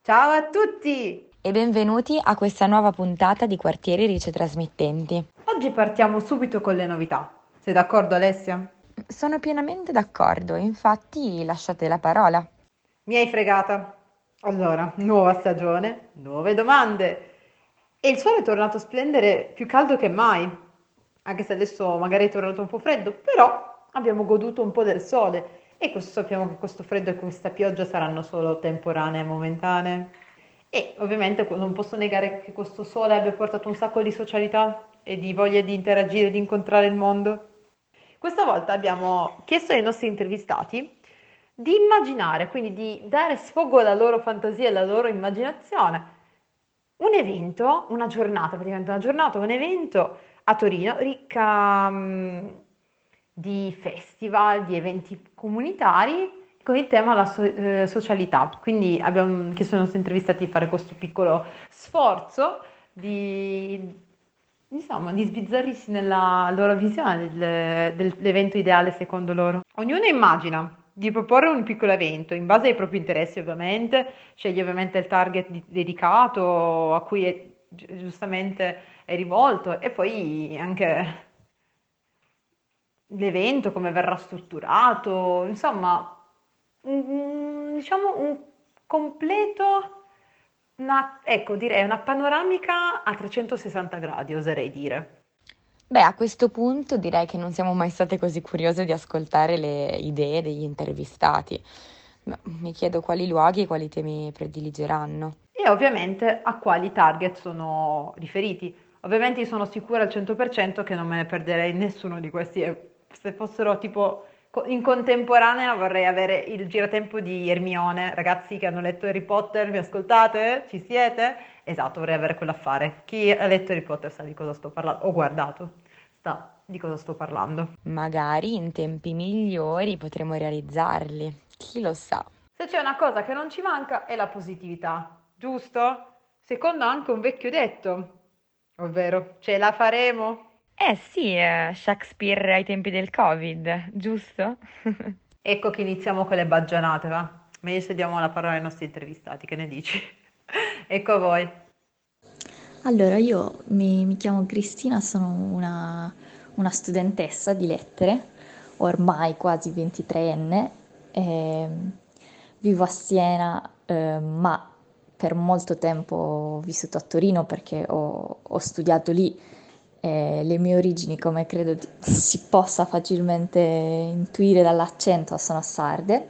Ciao a tutti! E benvenuti a questa nuova puntata di Quartieri Ricetrasmittenti. Oggi partiamo subito con le novità. Sei d'accordo, Alessia? Sono pienamente d'accordo, infatti lasciate la parola. Mi hai fregata. Allora, nuova stagione, nuove domande. E il sole è tornato a splendere più caldo che mai. Anche se adesso magari è tornato un po' freddo, però abbiamo goduto un po' del sole. E sappiamo che questo freddo e questa pioggia saranno solo temporanee e momentanee. E ovviamente non posso negare che questo sole abbia portato un sacco di socialità e di voglia di interagire, di incontrare il mondo. Questa volta abbiamo chiesto ai nostri intervistati di immaginare, quindi di dare sfogo alla loro fantasia e alla loro immaginazione. Un evento, una giornata, praticamente una giornata, un evento a Torino ricca di festival, di eventi comunitari con il tema socialità. Quindi abbiamo chiesto ai nostri intervistati di fare questo piccolo sforzo di, insomma, di sbizzarrirsi nella loro visione dell'evento ideale secondo loro. Ognuno immagina di proporre un piccolo evento in base ai propri interessi, ovviamente, sceglie ovviamente il target dedicato a cui giustamente è rivolto e poi anche l'evento, come verrà strutturato, insomma, diciamo un completo, ecco, direi una panoramica a 360 gradi, oserei dire. Beh, a questo punto direi che non siamo mai state così curiose di ascoltare le idee degli intervistati. Ma mi chiedo quali luoghi e quali temi prediligeranno. E ovviamente a quali target sono riferiti. Ovviamente io sono sicura al 100% che non me ne perderei nessuno di questi e se fossero tipo in contemporanea vorrei avere il giratempo di Ermione, ragazzi che hanno letto Harry Potter, mi ascoltate? Ci siete? Esatto, vorrei avere quell'affare. Chi ha letto Harry Potter sa di cosa sto parlando, ho guardato, sa di cosa sto parlando. Magari in tempi migliori potremo realizzarli. Chi lo sa? Se c'è una cosa che non ci manca è la positività, giusto? Secondo anche un vecchio detto, ovvero ce la faremo. Eh sì, Shakespeare ai tempi del Covid, giusto? Ecco che iniziamo con le baggianate, va? Meglio se diamo la parola ai nostri intervistati, che ne dici? Ecco a voi. Allora, io mi chiamo Cristina, sono una studentessa di lettere, ormai quasi 23enne, vivo a Siena, ma per molto tempo ho vissuto a Torino perché ho studiato lì. Le mie origini, come credo si possa facilmente intuire dall'accento, sono sarde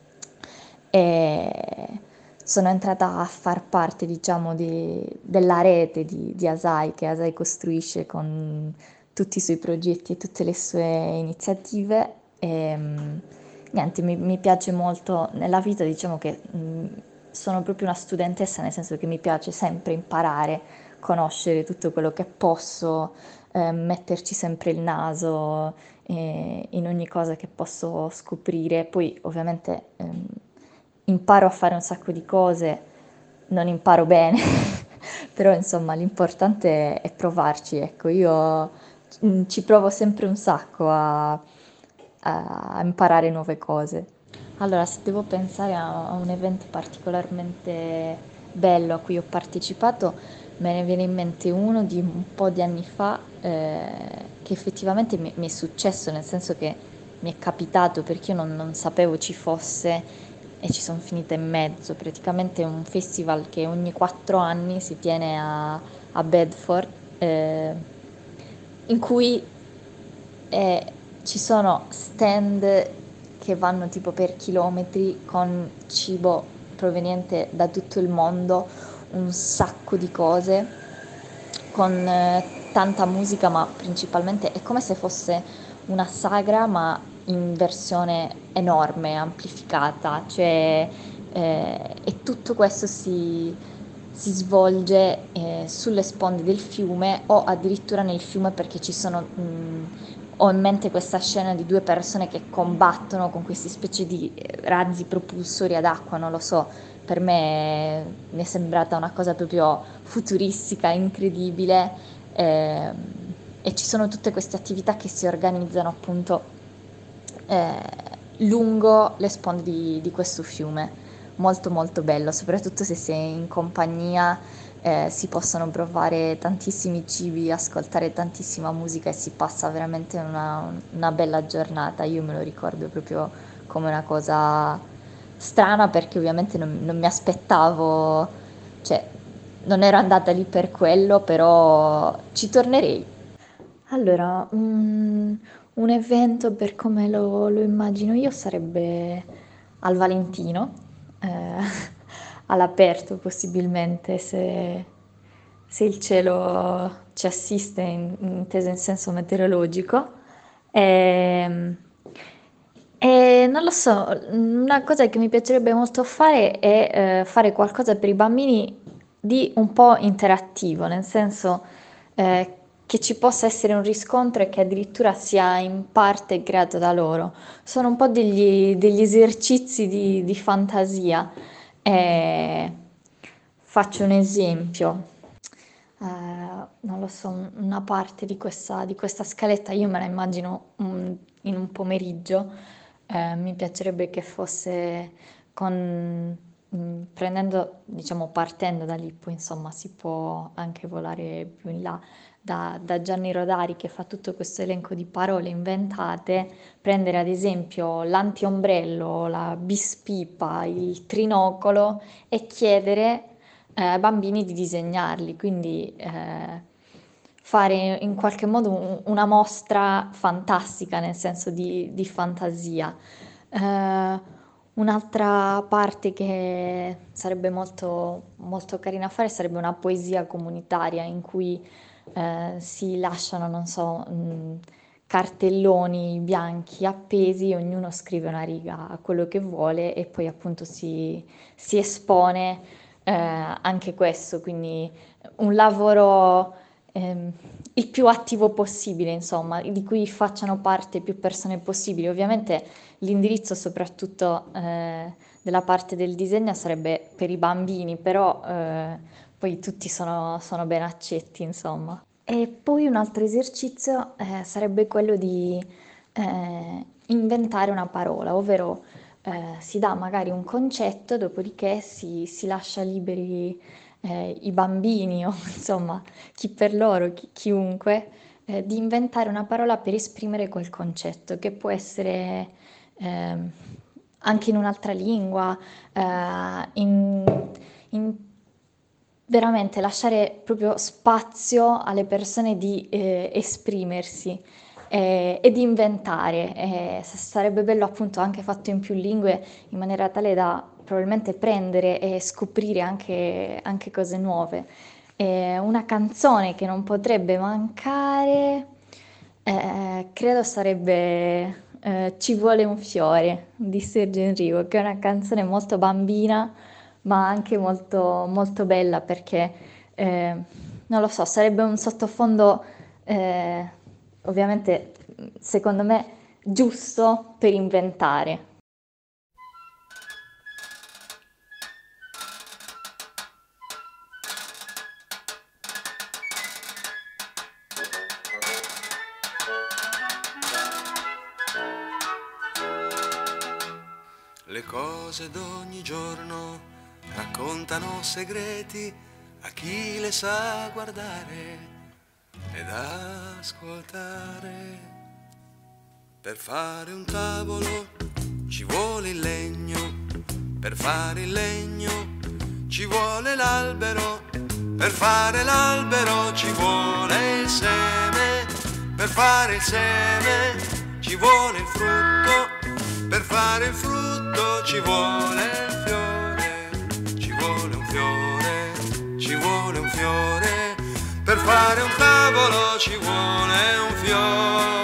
e sono entrata a far parte, diciamo, della rete di Asai che Asai costruisce con tutti i suoi progetti e tutte le sue iniziative. E, niente, mi piace molto nella vita, diciamo che sono proprio una studentessa, nel senso che mi piace sempre imparare, conoscere tutto quello che posso, metterci sempre il naso in ogni cosa che posso scoprire. Poi ovviamente imparo a fare un sacco di cose, non imparo bene, però insomma l'importante è provarci, ecco, io ci provo sempre un sacco a imparare nuove cose. Allora, se devo pensare a un evento particolarmente bello a cui ho partecipato, me ne viene in mente uno di un po' di anni fa, che effettivamente mi è successo, nel senso che mi è capitato perché io non sapevo ci fosse e ci sono finita in mezzo. Praticamente è un festival che ogni 4 anni si tiene a Bedford, in cui ci sono stand che vanno tipo per chilometri con cibo proveniente da tutto il mondo, un sacco di cose, con tanta musica, ma principalmente è come se fosse una sagra, ma in versione enorme, amplificata, cioè, e tutto questo si svolge sulle sponde del fiume o addirittura nel fiume perché ho in mente questa scena di due persone che combattono con queste specie di razzi propulsori ad acqua, non lo so, per me mi è sembrata una cosa proprio futuristica, incredibile, eh, e ci sono tutte queste attività che si organizzano appunto lungo le sponde di questo fiume. molto molto bello, soprattutto se si è in compagnia, si possono provare tantissimi cibi, ascoltare tantissima musica e si passa veramente una bella giornata. Io me lo ricordo proprio come una cosa strana perché ovviamente non mi aspettavo, cioè non ero andata lì per quello, però ci tornerei. Allora, un evento per come lo immagino io sarebbe al Valentino, eh, all'aperto possibilmente, se il cielo ci assiste, inteso in senso meteorologico. E, e non lo so, una cosa che mi piacerebbe molto fare è fare qualcosa per i bambini di un po' interattivo, nel senso che ci possa essere un riscontro e che addirittura sia in parte creato da loro. Sono un po' degli esercizi di fantasia. Eh, Faccio un esempio. Non lo so, una parte di questa scaletta io me la immagino in un pomeriggio. Mi piacerebbe che fosse prendendo, diciamo, partendo da Lippo, insomma, si può anche volare più in là, da Gianni Rodari che fa tutto questo elenco di parole inventate, prendere ad esempio l'antiombrello, la bispipa, il trinocolo e chiedere ai bambini di disegnarli, quindi fare in qualche modo una mostra fantastica, nel senso di fantasia. Un'altra parte che sarebbe molto, molto carina fare sarebbe una poesia comunitaria in cui si lasciano, non so, cartelloni bianchi appesi, ognuno scrive una riga a quello che vuole e poi appunto si espone anche questo, quindi un lavoro il più attivo possibile, insomma, di cui facciano parte più persone possibili. Ovviamente l'indirizzo soprattutto della parte del disegno sarebbe per i bambini, però poi tutti sono ben accetti, insomma. E poi un altro esercizio sarebbe quello di inventare una parola, ovvero si dà magari un concetto, dopodiché si lascia liberi i bambini o insomma chi per loro, chiunque, di inventare una parola per esprimere quel concetto, che può essere ehm, anche in un'altra lingua, in veramente lasciare proprio spazio alle persone di esprimersi e di inventare. Sarebbe bello appunto anche fatto in più lingue in maniera tale da probabilmente prendere e scoprire anche cose nuove. Una canzone che non potrebbe mancare, credo sarebbe Ci vuole un fiore di Sergio Enrico, che è una canzone molto bambina ma anche molto, molto bella perché, non lo so, sarebbe un sottofondo, ovviamente, secondo me, giusto per inventare. Le cose d'ogni giorno raccontano segreti a chi le sa guardare ed ascoltare. Per fare un tavolo ci vuole il legno, per fare il legno ci vuole l'albero, per fare l'albero ci vuole il seme, per fare il seme ci vuole il frutto, per fare il frutto ci vuole il fiore, ci vuole un fiore, ci vuole un fiore, per fare un tavolo ci vuole un fiore.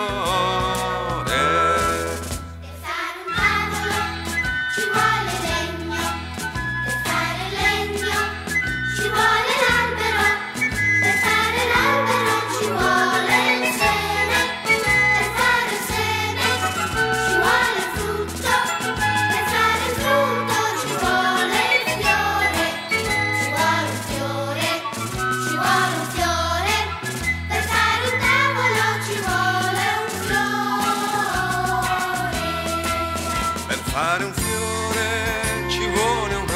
Per fare un fiore ci vuole un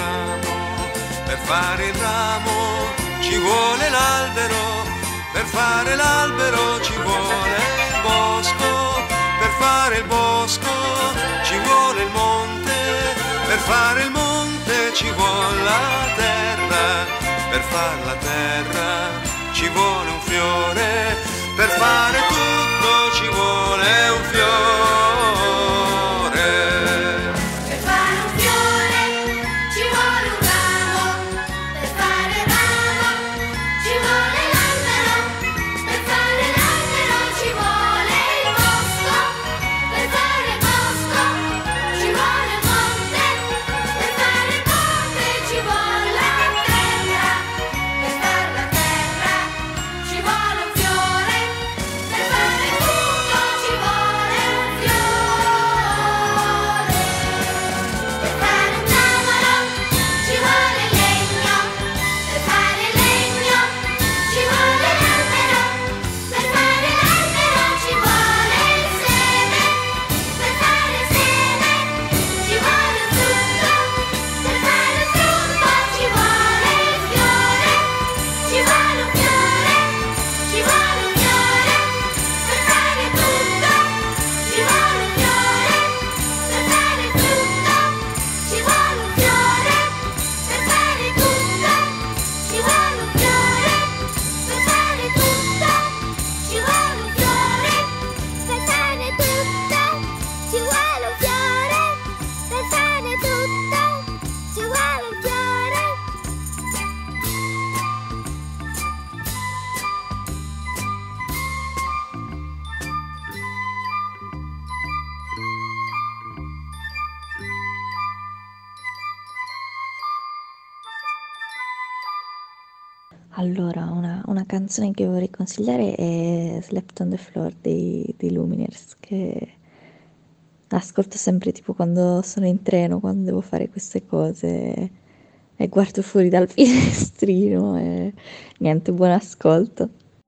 per fare il ramo ci vuole l'albero, per fare l'albero ci vuole il bosco, per fare il bosco ci vuole il monte, per fare il monte ci vuole la terra, per fare la terra ci vuole un fiore, per fare tutto ci vuole un fiore. Per fare un fiore ci vuole un ramo, per fare il ramo ci vuole l'albero, per fare l'albero ci vuole il bosco, per fare il bosco ci vuole il monte, per fare il monte ci vuole la terra, per fare la terra ci vuole un fiore, per fare tutto ci vuole un fiore. Per fare un tavolo ci vuole legno, per fare legno ci vuole l'albero, per fare l'albero ci vuole il seme, per fare il seme ci vuole il frutto, per fare il frutto ci vuole il fiore, ci vuole un fiore, ci vuole un fiore, per fare tutto ci vuole un fiore, per fare tutto ci vuole un fiore, per fare tutto ci vuole un fiore, per fare tutto ci vuole un fiore, per fare tutto ci vuole un fiore, per fare tutto ci vuole un fiore. Allora, una canzone che vorrei consigliare è Slept on the Floor dei Lumineers, che ascolto sempre tipo quando sono in treno, quando devo fare queste cose e guardo fuori dal finestrino e niente, buon ascolto.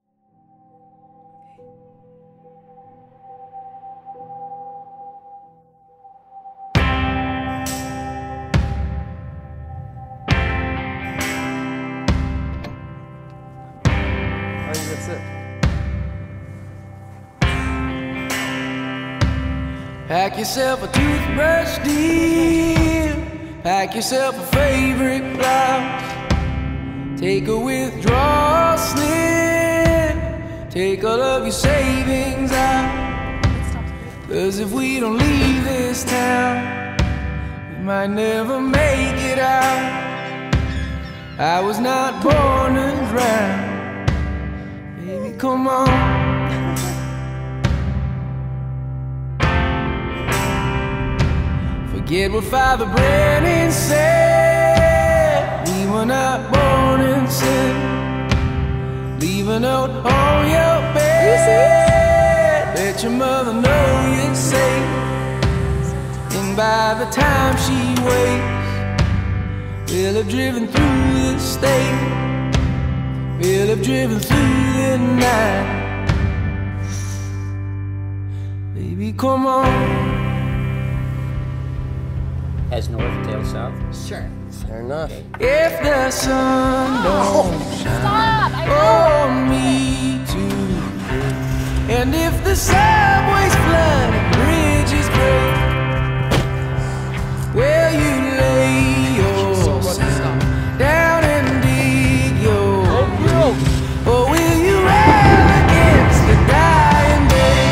I think that's it. Pack yourself a toothbrush, dear. Pack yourself a favorite blouse. Take a withdrawal slip. Take all of your savings out. 'Cause if we don't leave this town, we might never make it out. I was not born to drown. Baby, come on. Forget what Father Brennan said. We were not born in sin. Leave a note on your bed. Let your mother know you're safe. And by the time she wakes, we'll have driven through the state. We'll have driven through the night. Baby, come on. Has north, tail south. Sure. Fair enough. If the sun don't shine on me today, and if the subway's flooded and bridges break, will you lay yourself down and dig your grave? Or will you rail against the dying day?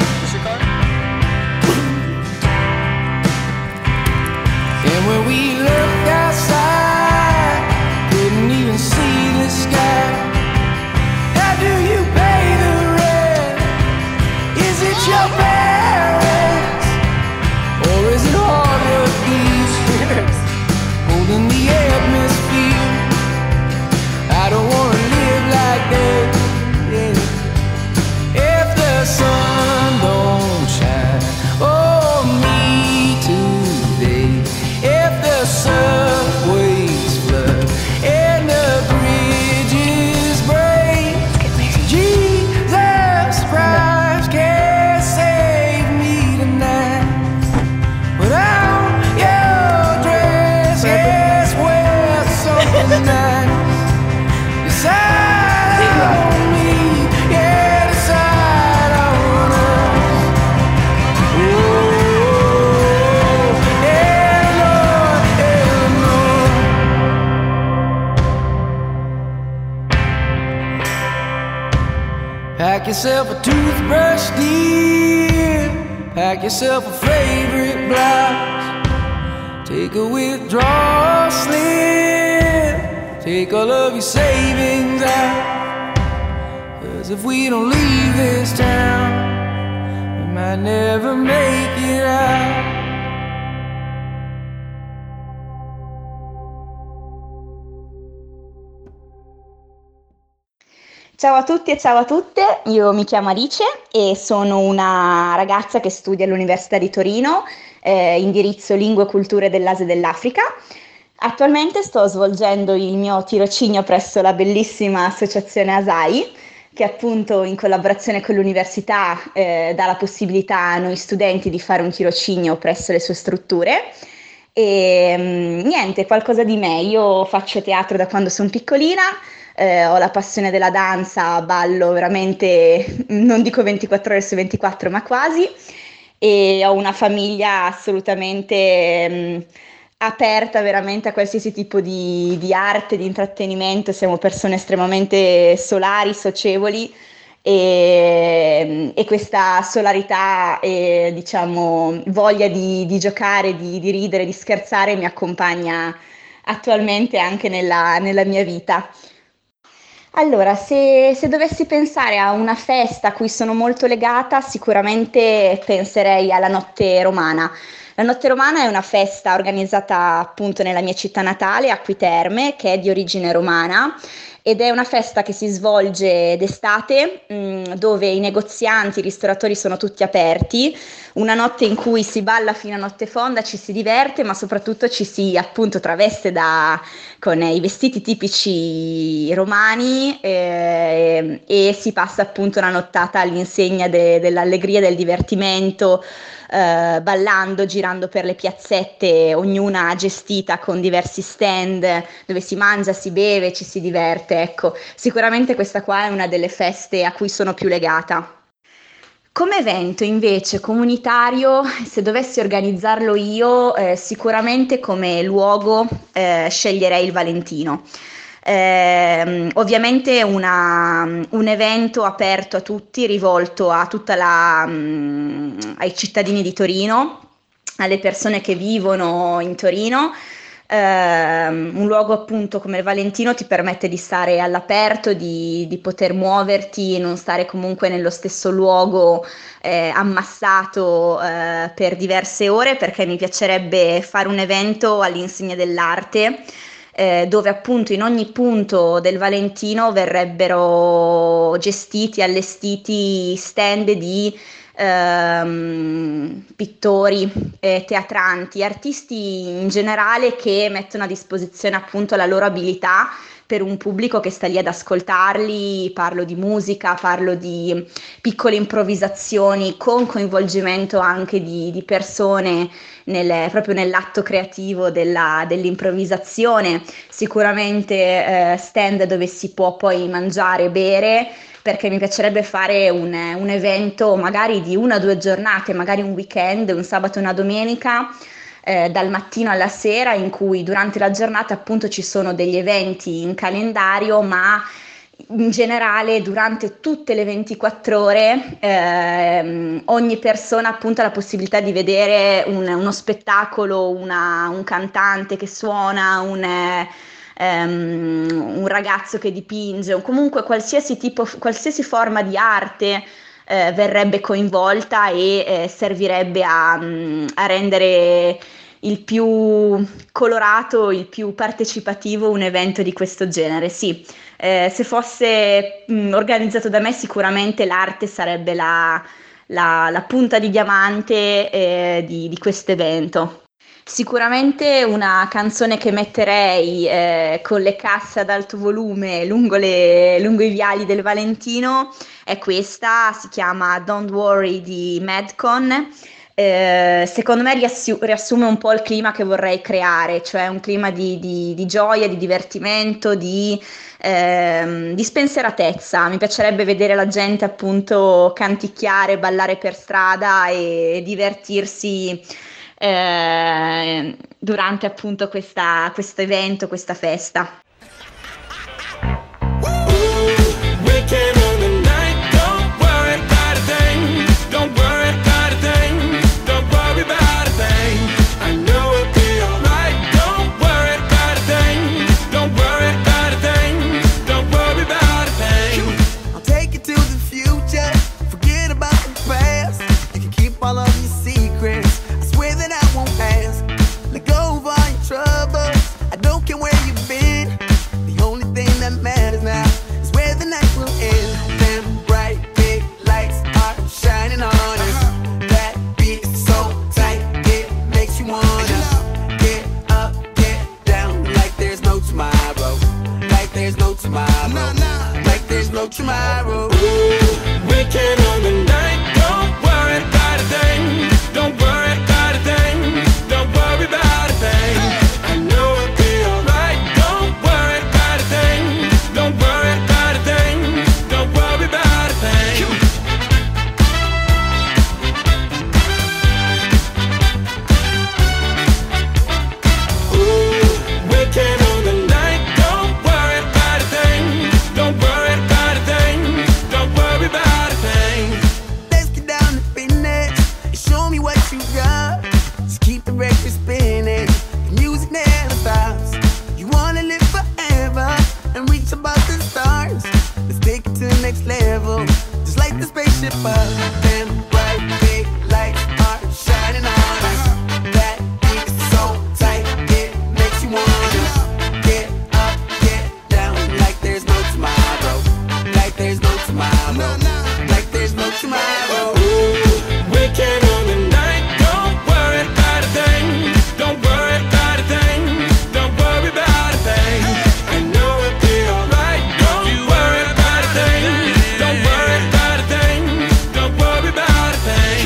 And when we looked outside, couldn't even see the sky. How do you pay the rent? Is it your parents? Or is it all of these years holding the atmosphere? I don't wanna live like that, yeah. If the sun don't shine on me today, if the sun Pack yourself a toothbrush, dear. Pack yourself a favorite blouse. Take a withdrawal slip. Take all of your savings out. 'Cause if we don't leave this town, we might never make it out. Ciao a tutti e ciao a tutte, io mi chiamo Alice e sono una ragazza che studia all'Università di Torino, indirizzo Lingue e Culture dell'Asia e dell'Africa. Attualmente sto svolgendo il mio tirocinio presso la bellissima associazione ASAI, che appunto in collaborazione con l'università dà la possibilità a noi studenti di fare un tirocinio presso le sue strutture. E niente, qualcosa di me, io faccio teatro da quando sono piccolina. Ho la passione della danza, ballo veramente, non dico 24 ore su 24, ma quasi, e ho una famiglia assolutamente aperta veramente a qualsiasi tipo di arte, di intrattenimento. Siamo persone estremamente solari, socievoli, e questa solarità e diciamo voglia di giocare, di ridere, di scherzare mi accompagna attualmente anche nella mia vita. Allora, se dovessi pensare a una festa a cui sono molto legata, sicuramente penserei alla Notte Romana. La Notte Romana è una festa organizzata appunto nella mia città natale, Acqui Terme, che è di origine romana, ed è una festa che si svolge d'estate, dove i negozianti, i ristoratori sono tutti aperti, una notte in cui si balla fino a notte fonda, ci si diverte, ma soprattutto ci si appunto traveste con i vestiti tipici romani, e si passa appunto una nottata all'insegna dell'allegria e del divertimento, ballando, girando per le piazzette, ognuna gestita con diversi stand dove si mangia, si beve, ci si diverte. Ecco, sicuramente questa qua è una delle feste a cui sono più legata. Come evento invece comunitario, se dovessi organizzarlo io, sicuramente come luogo sceglierei il Valentino. Ovviamente un evento aperto a tutti, rivolto a ai cittadini di Torino, alle persone che vivono in Torino. Un luogo appunto come il Valentino ti permette di stare all'aperto, di poter muoverti, non stare comunque nello stesso luogo ammassato per diverse ore, perché mi piacerebbe fare un evento all'insegna dell'arte, dove appunto in ogni punto del Valentino verrebbero gestiti, allestiti stand di pittori, teatranti, artisti in generale, che mettono a disposizione appunto la loro abilità per un pubblico che sta lì ad ascoltarli. Parlo di musica, parlo di piccole improvvisazioni con coinvolgimento anche di persone proprio nell'atto creativo dell'improvvisazione. Sicuramente stand dove si può poi mangiare e bere, perché mi piacerebbe fare un evento magari di 1 o 2 giornate, magari un weekend, un sabato e una domenica, dal mattino alla sera, in cui durante la giornata appunto ci sono degli eventi in calendario, ma in generale durante tutte le 24 ore ogni persona appunto ha la possibilità di vedere uno spettacolo, un cantante che suona, un ragazzo che dipinge, o comunque qualsiasi forma di arte verrebbe coinvolta e servirebbe a rendere il più colorato, il più partecipativo un evento di questo genere. Sì, se fosse organizzato da me, sicuramente l'arte sarebbe la punta di diamante di questo evento. Sicuramente una canzone che metterei con le casse ad alto volume lungo i viali del Valentino è questa, si chiama Don't Worry di Madcon. Secondo me riassume un po' il clima che vorrei creare, cioè un clima di gioia, di divertimento, di spensieratezza. Mi piacerebbe vedere la gente appunto canticchiare, ballare per strada e divertirsi durante appunto questo evento, questa festa. Weekend on the night, don't tomorrow. Weekend on the night, don't worry about a thing. Don't worry about a thing. Don't worry about a thing. I know it'll be alright. Don't worry about a thing. Don't worry about a thing. Don't worry about a thing. Weekend on the night, don't worry about a thing. Don't worry about a thing. Don't worry about a thing. Let's get down to business and show me what you got. Just keep the record spinning, the music never stops. You wanna live forever and reach above the stars. Let's take it to the next level, just like the spaceship up. Them bright big lights are shining on us. That beat is so tight, it makes you wanna get up, get down, like there's no tomorrow. Like there's no tomorrow. Like there's no tomorrow. Weekend on the night, don't worry about a thing. Don't worry about a thing. Don't worry about a thing. I know it'll be alright. Don't you worry about a thing. Don't worry about a thing. Don't worry about a thing.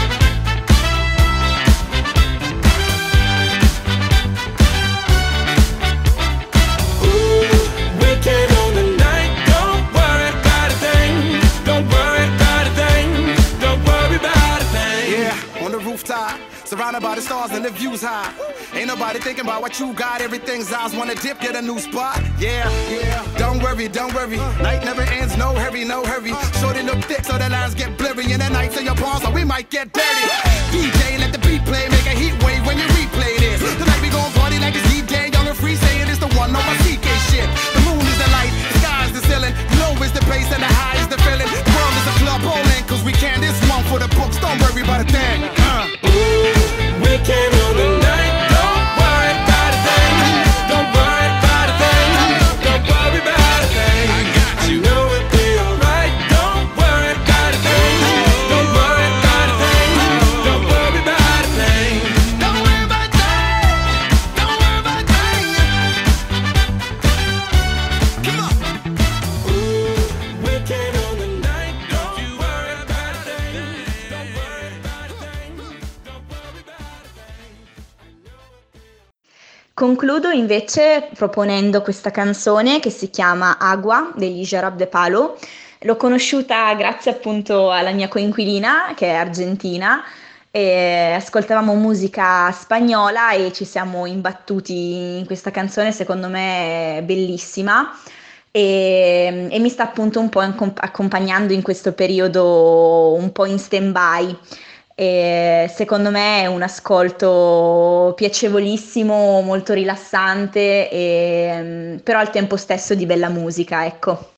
Weekend on the night, don't worry about a thing. Don't worry about a thing. Don't worry about a thing. Yeah, on the rooftop, surrounded by the stars and the views high. Ain't nobody thinking about what you got. Everything's eyes wanna dip, get a new spot. Yeah, yeah. Don't worry, don't worry. Night never ends, no hurry, no hurry. Short and up thick so the lines get blurry. And the nights in your palms, so we might get dirty. DJ, let the beat play, make a heat wave when you replay this. Tonight we gon' party like it's DJ, young and free, saying it's the one on my CK shit. The moon is the light, the sky is the ceiling. Low is the bass and the high is the feeling. The world is a club bowling, cause we can. This one for the books, don't worry about a thing. Weekend on the night, don't worry about a thing. Don't worry about a thing. Don't worry about a thing. You know it'll be alright. Don't worry about a thing. Don't worry about a thing. Don't worry about a thing. Don't worry about a thing. Don't worry about a thing. Come on. Weekend on the night, don't you worry about a thing. Don't worry about a thing. Don't worry about a thing. Concludo invece proponendo questa canzone che si chiama Agua degli Jarabe de Palo. L'ho conosciuta grazie appunto alla mia coinquilina che è argentina e ascoltavamo musica spagnola e ci siamo imbattuti in questa canzone, secondo me bellissima e mi sta appunto un po' accompagnando in questo periodo un po' in stand-by. E secondo me è un ascolto piacevolissimo, molto rilassante, però al tempo stesso di bella musica, ecco.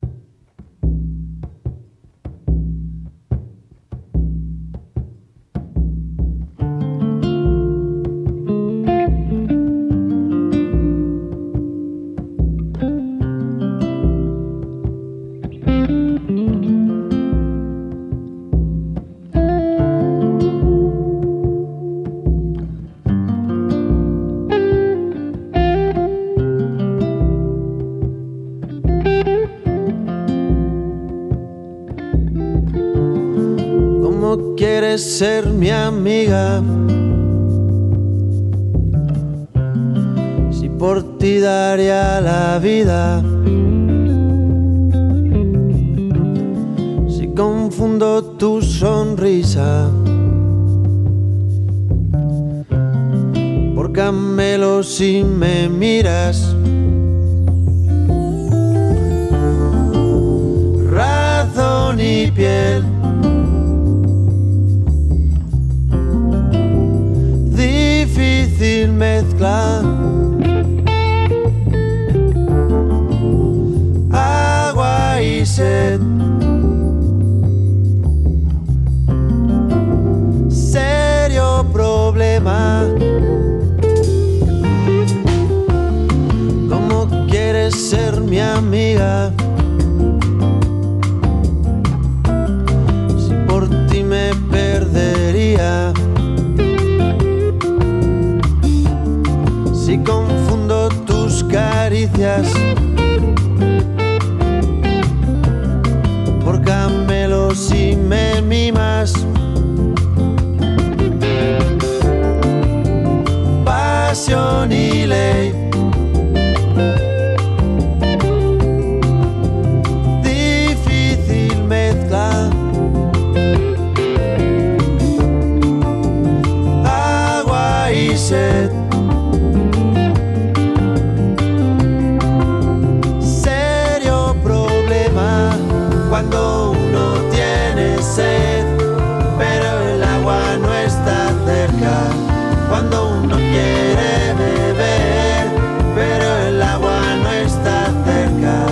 Quieres ser mi amiga, si por ti daría la vida, si confundo tu sonrisa por camelo si me miras, razón y piel. Difícil mezcla, agua y sed, serio problema. ¿Cómo quieres ser mi amiga? Si por ti me perdería. Si confundo tus caricias passioni lei. Difícil mezcla, agua y sed. Serio problema cuando uno tiene sed, pero el agua no está cerca. Cuando uno quiere beber, pero el agua no está cerca.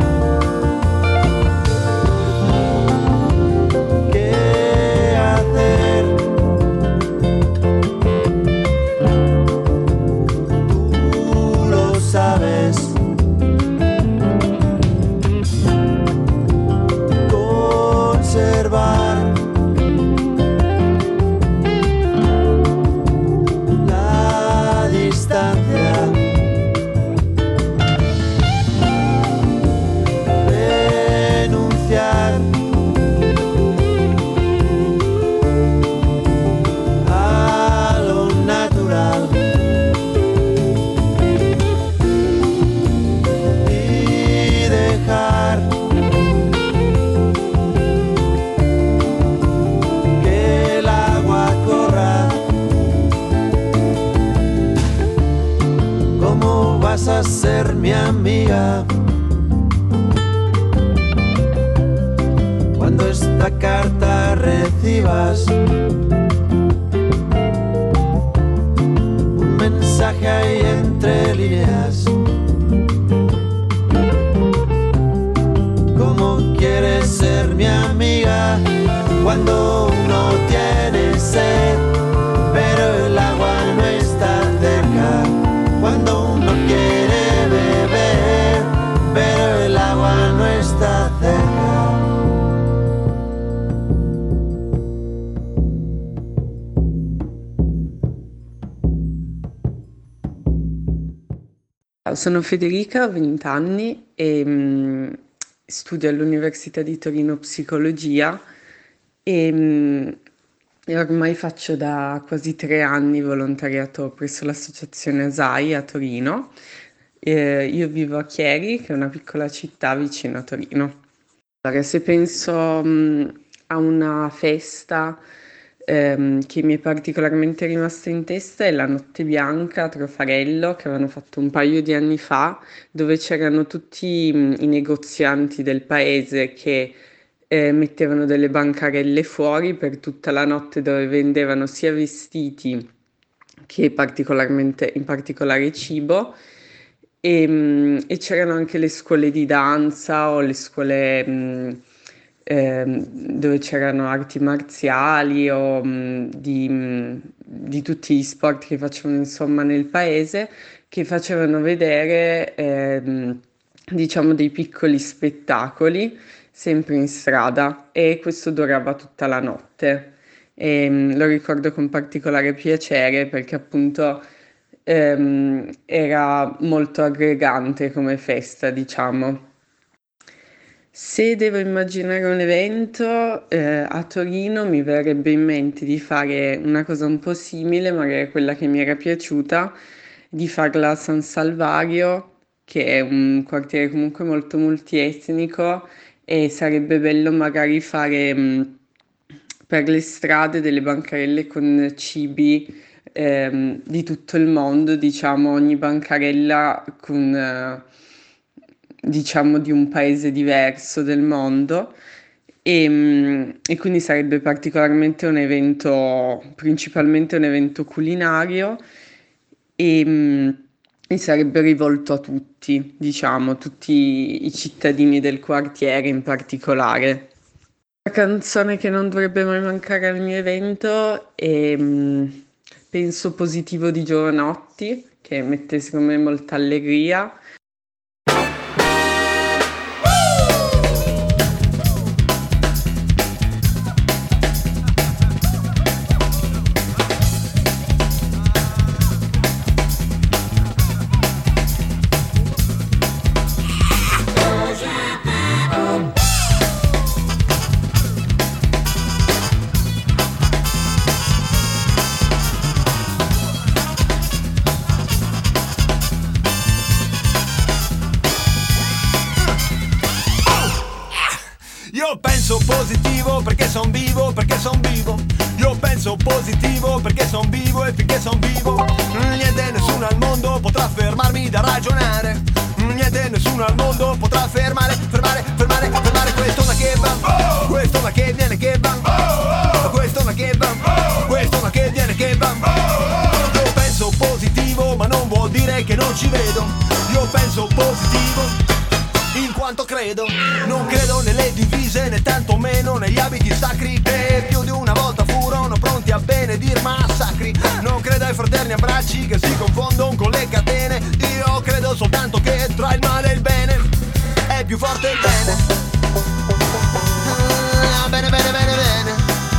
¿Qué hacer? Tú lo sabes. Conservar la distancia, renunciar a lo natural y dejar que el agua corra. ¿Cómo vas a ser mi amiga cuando esta carta recibas un mensaje ahí entre líneas? ¿Cómo quieres ser mi amiga cuando uno tiene sed, pero el agua no está cerca? Cuando uno quiere beber, pero el agua no está cerca. Sono Federica, ho 20 anni e studio all'Università di Torino psicologia e ormai faccio da quasi 3 anni volontariato presso l'associazione ASAI a Torino. Io vivo a Chieri, che è una piccola città vicino a Torino. Allora, se penso a una festa che mi è particolarmente rimasta in testa è la Notte Bianca a Trafarello, che avevano fatto un paio di anni fa, dove c'erano tutti i negozianti del paese che mettevano delle bancarelle fuori per tutta la notte, dove vendevano sia vestiti che in particolare cibo. E c'erano anche le scuole di danza o le scuole dove c'erano arti marziali o di tutti gli sport che facevano insomma nel paese, che facevano vedere diciamo dei piccoli spettacoli sempre in strada, e questo durava tutta la notte. Lo ricordo con particolare piacere perché appunto era molto aggregante come festa, diciamo. Se devo immaginare un evento a Torino, mi verrebbe in mente di fare una cosa un po' simile, magari quella che mi era piaciuta, di farla a San Salvario, che è un quartiere comunque molto multietnico, e sarebbe bello magari fare per le strade delle bancarelle con cibi di tutto il mondo, diciamo ogni bancarella con diciamo di un paese diverso del mondo, e quindi sarebbe particolarmente un evento, principalmente un evento culinario, e sarebbe rivolto a tutti, diciamo, tutti i cittadini del quartiere in particolare. La canzone che non dovrebbe mai mancare al mio evento è penso Positivo di Giovanotti, che mette secondo me molta allegria. penso positivo perché son vivo, perché son vivo. Io penso positivo perché son vivo e finché son vivo niente, nessuno al mondo potrà fermarmi da ragionare. Niente, nessuno al mondo potrà fermare questo ma che va, questo ma che viene che va, questo ma che va, questo ma che viene che va. Io penso positivo ma non vuol dire che non ci vedo. Io penso positivo in quanto credo. Non credo nelle divise né tanto meno negli abiti sacri che più di una volta furono pronti a benedir massacri. Non credo ai fraterni abbracci che si confondono con le catene. Io credo soltanto che tra il male e il bene è più forte il bene. Bene, bene, bene, bene.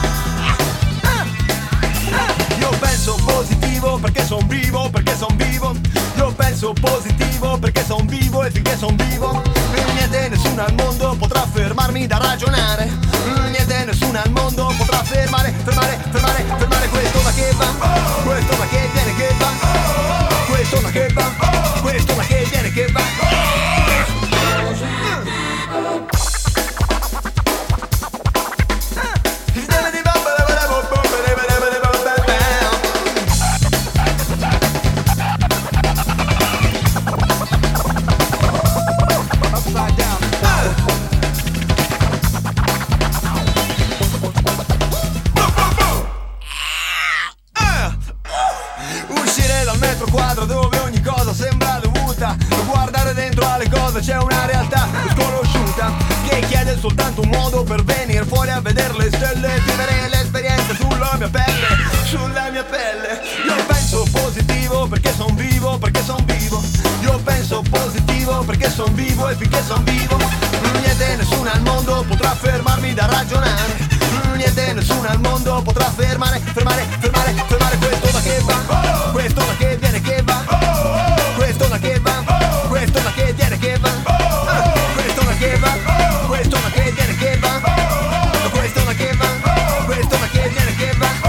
Io penso positivo perché son vivo, perché son vivo. Io penso positivo perché son vivo e finché son vivo niente, nessuno al mondo potrà fermarmi da ragionare. Niente, nessuno al mondo potrà fermare questo ma che va, questo ma che viene che va, questo ma che va, questo ma che viene che va. C'è una realtà sconosciuta che chiede soltanto un modo per venire fuori a vedere le stelle, vivere l'esperienza sulla mia pelle, sulla mia pelle. Io penso positivo perché son vivo, perché son vivo. Io penso positivo perché son vivo e finché son vivo niente, nessuno al mondo potrà fermarmi da ragionare. Niente, nessuno al mondo potrà fermare questo ma che va, questo ma che viene che va, questo ma che va, questo ma che viene che va, questo ma che va, questo ma che viene che va, questo ma che va, questo ma che viene che va.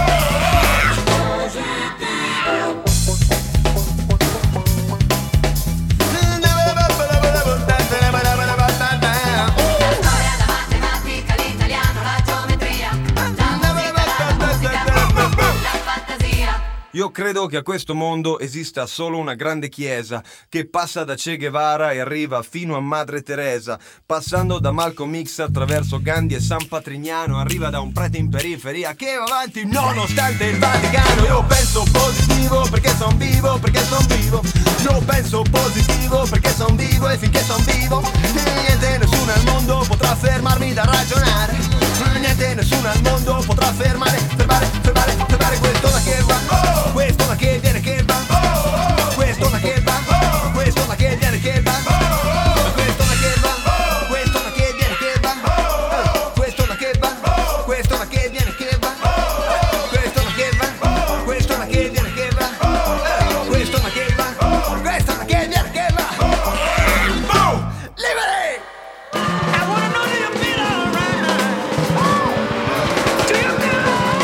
Io credo che a questo mondo esista solo una grande chiesa che passa da Che Guevara e arriva fino a Madre Teresa, passando da Malcolm X attraverso Gandhi e San Patrignano, arriva da un prete in periferia che va avanti nonostante il Vaticano. Io penso positivo perché son vivo, perché son vivo. Io penso positivo perché son vivo e finché son vivo niente, nessuno al mondo potrà fermarmi da ragionare. Niente, nessuno al mondo potrà fermare questo ma che va, questo ma che viene che va, questo ma che va, questo ma che viene che va, questo ma che va, questo ma che viene che va, questo ma che va, questo ma che viene che va, questo ma che va, questo ma che viene che va, questo ma che va, questo ma che viene che va. Liberi! I wanna know that you feel alright. Do you feel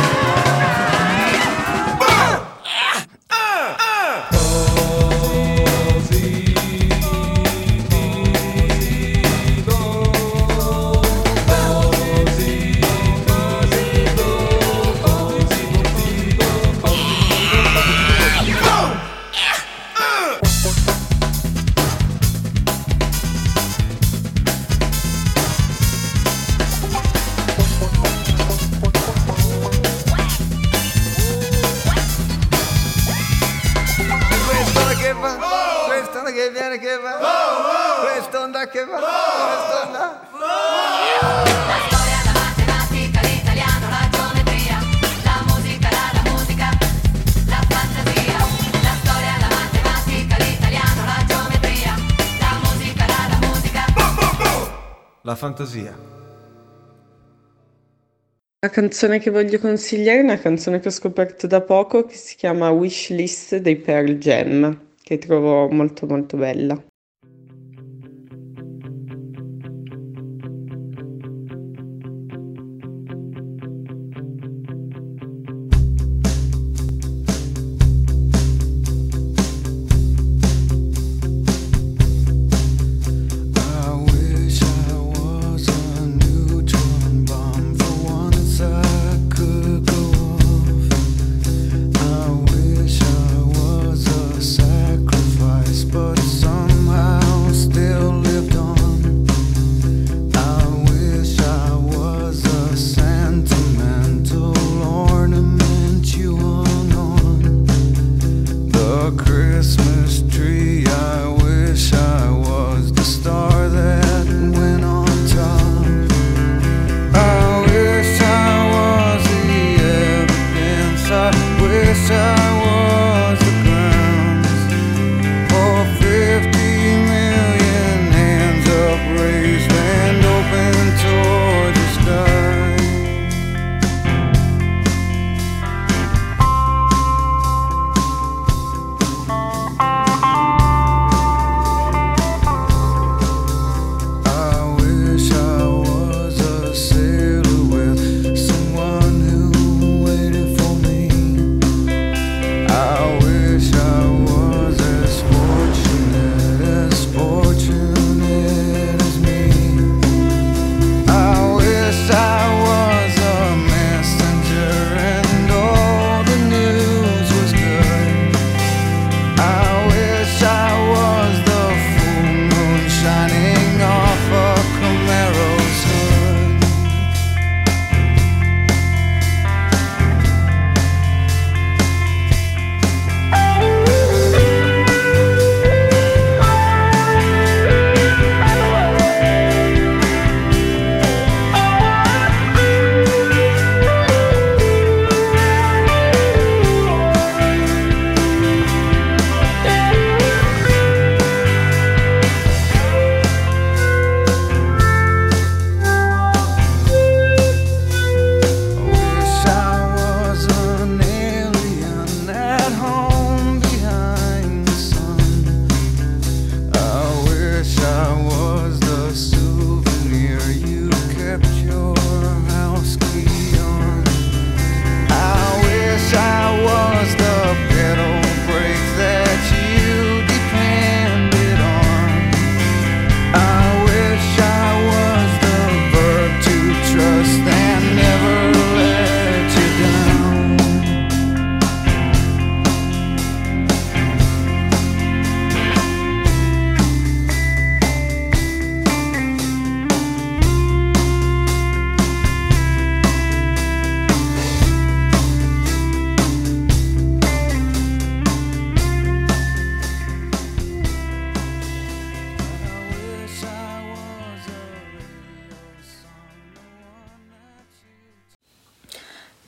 questa che viene che va, questa onda che va, questa onda. La storia, la matematica, l'italiano, la geometria, la musica, la fantasia. La storia, la matematica, l'italiano, la geometria, la musica. La fantasia. La canzone che voglio consigliare è una canzone che ho scoperto da poco che si chiama Wish List dei Pearl Jam, che trovo molto molto bella. I wish I was a neutron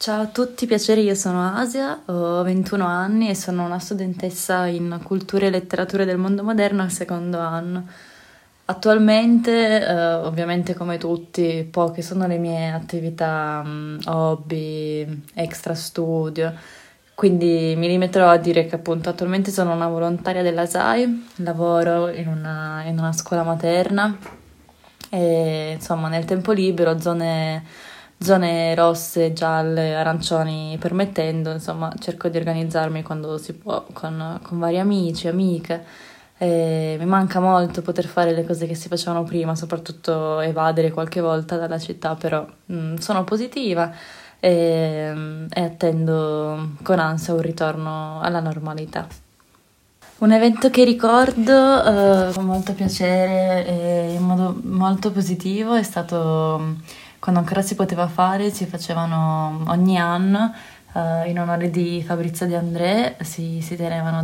Ciao a tutti, piacere, io sono Asia, ho 21 anni e sono una studentessa in culture e letterature del mondo moderno al secondo anno. Attualmente, ovviamente come tutti, poche sono le mie attività, hobby, extra studio, quindi mi limiterò a dire che appunto attualmente sono una volontaria della SAI, lavoro in una scuola materna e insomma nel tempo libero, zone rosse, gialle, arancioni permettendo, insomma cerco di organizzarmi quando si può con vari amici, amiche. Mi manca molto poter fare le cose che si facevano prima, soprattutto evadere qualche volta dalla città, però sono positiva e attendo con ansia un ritorno alla normalità. Un evento che ricordo con molto piacere e in modo molto positivo è stato quando ancora si poteva fare, si facevano ogni anno in onore di Fabrizio De André, si tenevano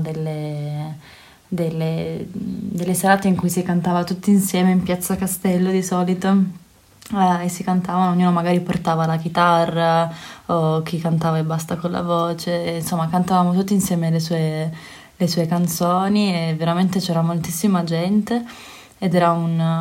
delle serate in cui si cantava tutti insieme in Piazza Castello di solito e si cantavano, ognuno magari portava la chitarra o chi cantava e basta con la voce, insomma cantavamo tutti insieme le sue canzoni e veramente c'era moltissima gente ed era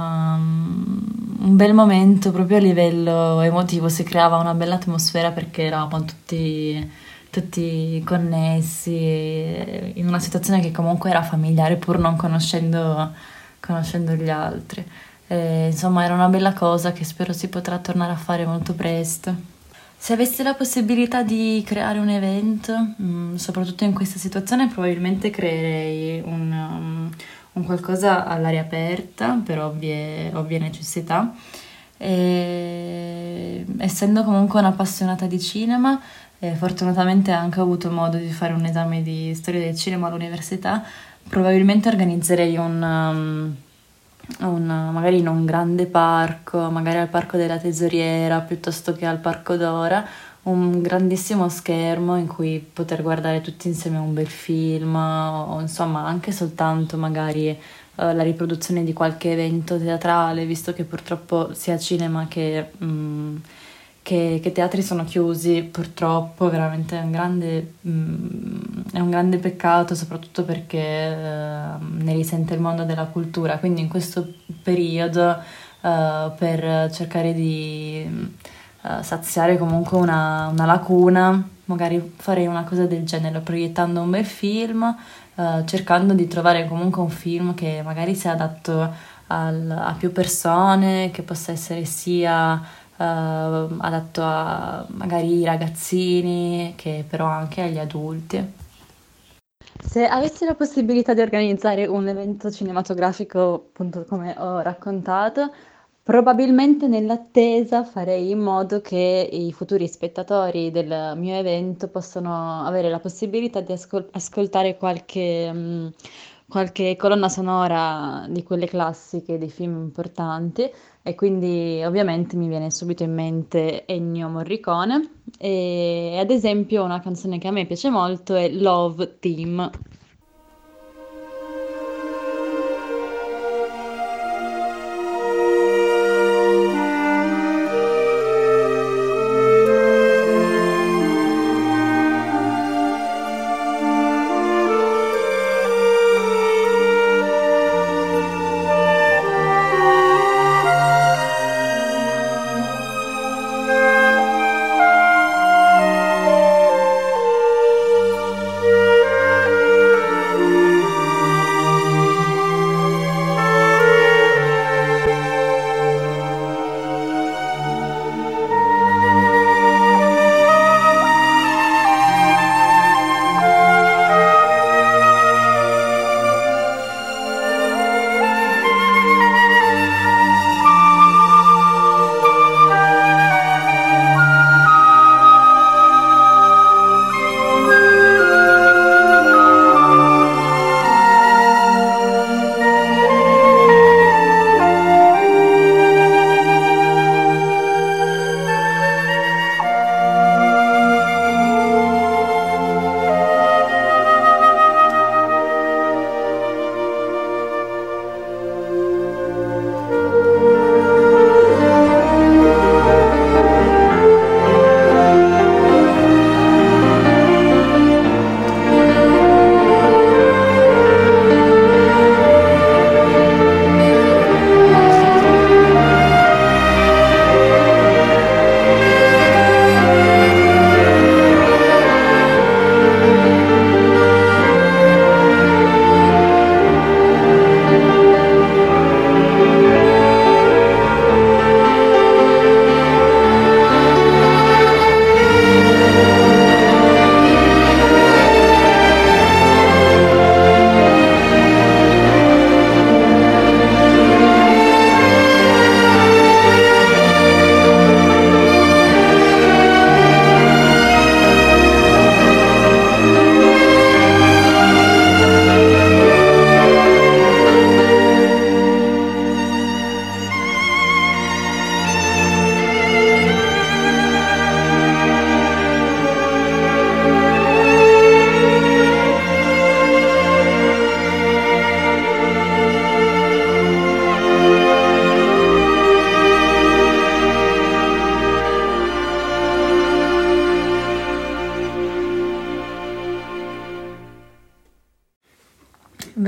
un bel momento proprio a livello emotivo, si creava una bella atmosfera perché eravamo tutti connessi in una situazione che comunque era familiare pur non conoscendo gli altri. Insomma era una bella cosa che spero si potrà tornare a fare molto presto. Se avessi la possibilità di creare un evento, soprattutto in questa situazione, probabilmente creerei un qualcosa all'aria aperta per ovvie necessità. Essendo comunque un'appassionata di cinema, fortunatamente ho anche avuto modo di fare un esame di storia del cinema all'università, probabilmente organizzerei magari in un grande parco, magari al Parco della Tesoriera piuttosto che al Parco Dora, un grandissimo schermo in cui poter guardare tutti insieme un bel film o insomma anche soltanto magari la riproduzione di qualche evento teatrale, visto che purtroppo sia cinema che teatri sono chiusi, purtroppo veramente è un grande peccato, soprattutto perché ne risente il mondo della cultura, quindi in questo periodo per cercare di saziare comunque una lacuna, magari farei una cosa del genere, proiettando un bel film, cercando di trovare comunque un film che magari sia adatto a più persone, che possa essere sia adatto a magari i ragazzini, che però anche agli adulti. Se avessi la possibilità di organizzare un evento cinematografico, appunto come ho raccontato, probabilmente nell'attesa farei in modo che i futuri spettatori del mio evento possano avere la possibilità di ascoltare qualche colonna sonora di quelle classiche, dei film importanti, e quindi ovviamente mi viene subito in mente Ennio Morricone e ad esempio una canzone che a me piace molto è Love Team.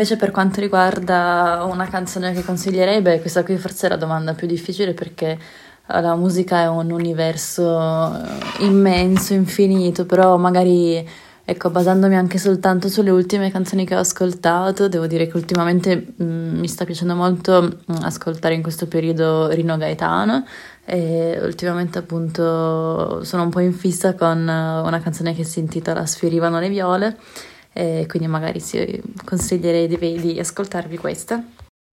Invece per quanto riguarda una canzone che consiglierei, beh, questa qui forse è la domanda più difficile perché la musica è un universo immenso, infinito, però magari, ecco, basandomi anche soltanto sulle ultime canzoni che ho ascoltato, devo dire che ultimamente mi sta piacendo molto ascoltare in questo periodo Rino Gaetano e ultimamente appunto sono un po' in fissa con una canzone che si intitola Sfiorivano le viole e quindi magari sì, consiglierei di ascoltarvi questa.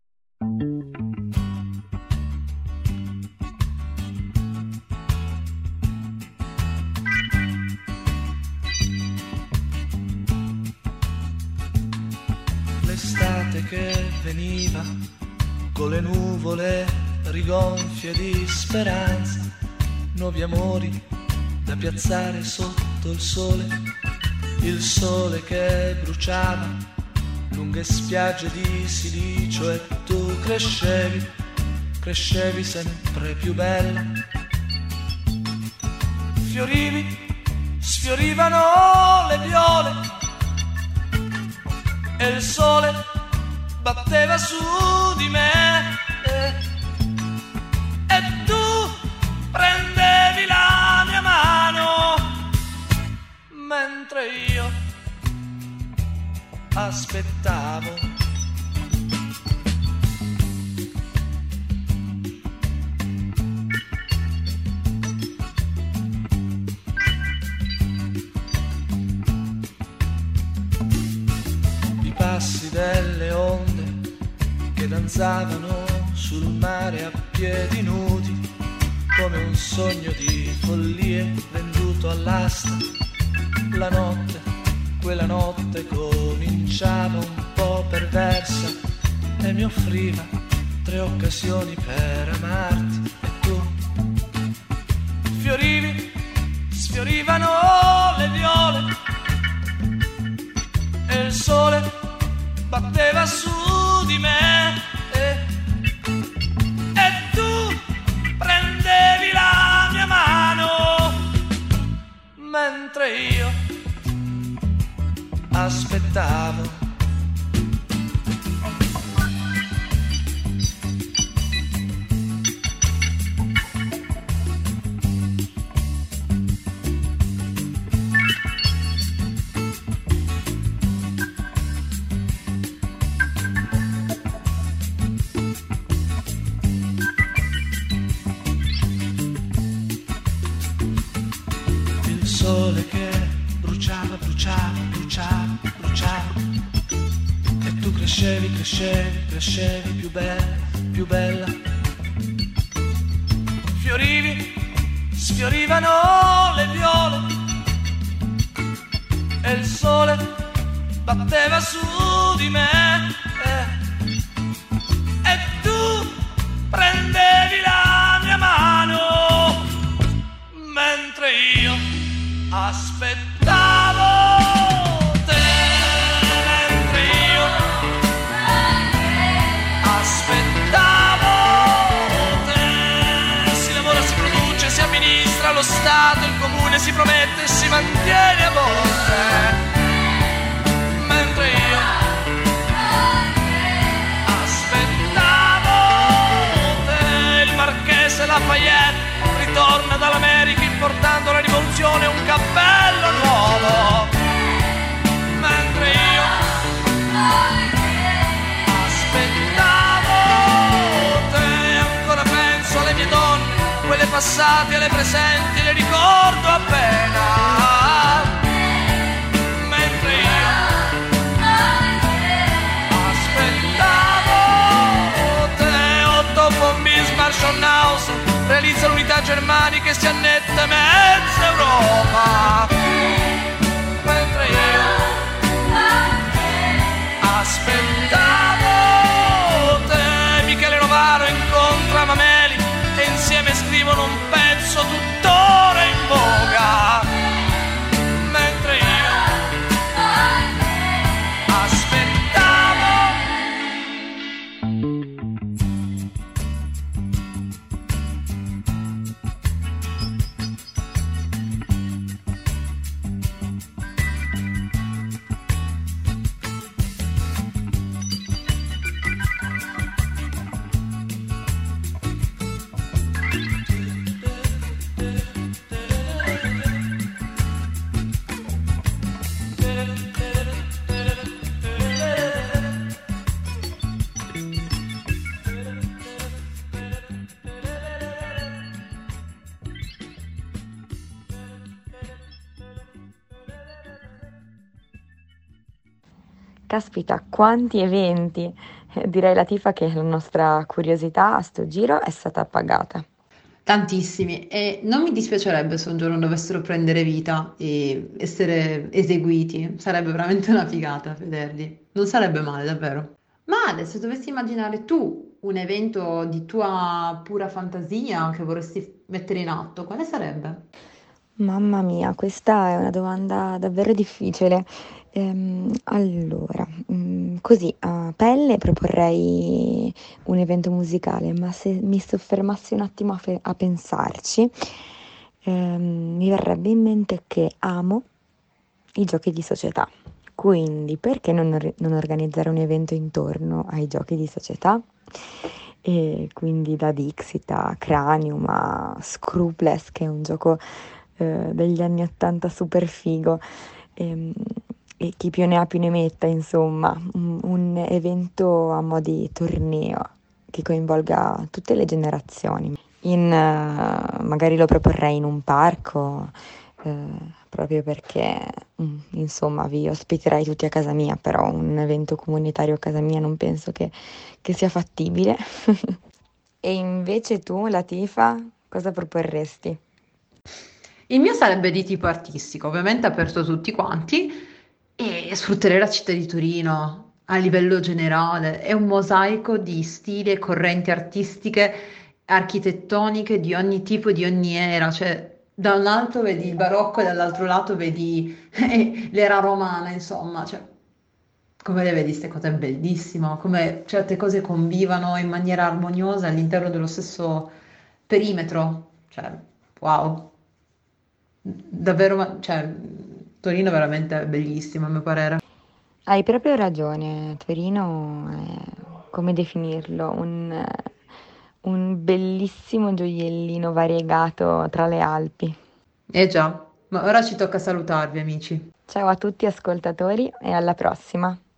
L'estate che veniva con le nuvole rigonfie di speranza, nuovi amori da piazzare sotto il sole che bruciava lunghe spiagge di silicio e tu crescevi sempre più bella, sfiorivano le viole e il sole batteva su di me e tu prendevi la mia mano mentre io aspettavo. I passi delle onde che danzavano sul mare a piedi nudi, come un sogno di follie venduto all'asta. La notte, quella notte cominciava un po' perversa e mi offriva 3 occasioni per amarti e tu sfiorivano le viole e il sole batteva su di me e tu prendevi la mia mano mentre io aspettavo. Il sole che bruciava e tu crescevi più bella, sfiorivano le viole e il sole batteva su di me e tu prendevi la mia mano mentre io aspettavo. Lo Stato, il comune si promette e si mantiene a volte, mentre io aspettavo te. Il marchese Lafayette ritorna dall'America importando la rivoluzione e un cappello nuovo, mentre io aspettavo te. Ancora penso alle mie donne, quelle passate e le presenti, le ricordo appena, mentre io aspettavo te. Otto von Bismarck, Schonhaus realizza l'unità germanica e si annette mezza Europa, mentre io aspettavo te. Michele Novaro incontra Mameli e insieme scrivono un pezzo tuttora in voga, mentre io aspettavo. Caspita, quanti eventi! Direi Latifa che la nostra curiosità a sto giro è stata appagata. Tantissimi, e non mi dispiacerebbe se un giorno dovessero prendere vita e essere eseguiti, sarebbe veramente una figata vederli, non sarebbe male davvero. Ma Ale, se dovessi immaginare tu un evento di tua pura fantasia che vorresti mettere in atto, quale sarebbe? Mamma mia, questa è una domanda davvero difficile. Allora, così a pelle proporrei un evento musicale, ma se mi soffermassi un attimo a pensarci, mi verrebbe in mente che amo i giochi di società. Quindi perché non organizzare un evento intorno ai giochi di società? E quindi da Dixit a Cranium a Scruples, che è un gioco degli anni 80 super figo, e chi più ne ha più ne metta, insomma, un evento a mo' di torneo che coinvolga tutte le generazioni. Magari lo proporrei in un parco, proprio perché, insomma, vi ospiterei tutti a casa mia, però un evento comunitario a casa mia non penso che sia fattibile. E invece tu, Latifa, cosa proporresti? Il mio sarebbe di tipo artistico, ovviamente aperto a tutti quanti e sfrutterei la città di Torino a livello generale. È un mosaico di stili e correnti artistiche, architettoniche di ogni tipo, di ogni era. Cioè, da un lato vedi il barocco e dall'altro lato vedi l'era romana, insomma. Cioè, come le vedi, queste cose è bellissimo, come certe cose convivano in maniera armoniosa all'interno dello stesso perimetro. Cioè, wow. Davvero, cioè, Torino è veramente bellissima, a mio parere. Hai proprio ragione, Torino è, come definirlo, un bellissimo gioiellino variegato tra le Alpi. Eh già, ma ora ci tocca salutarvi, amici. Ciao a tutti ascoltatori e alla prossima!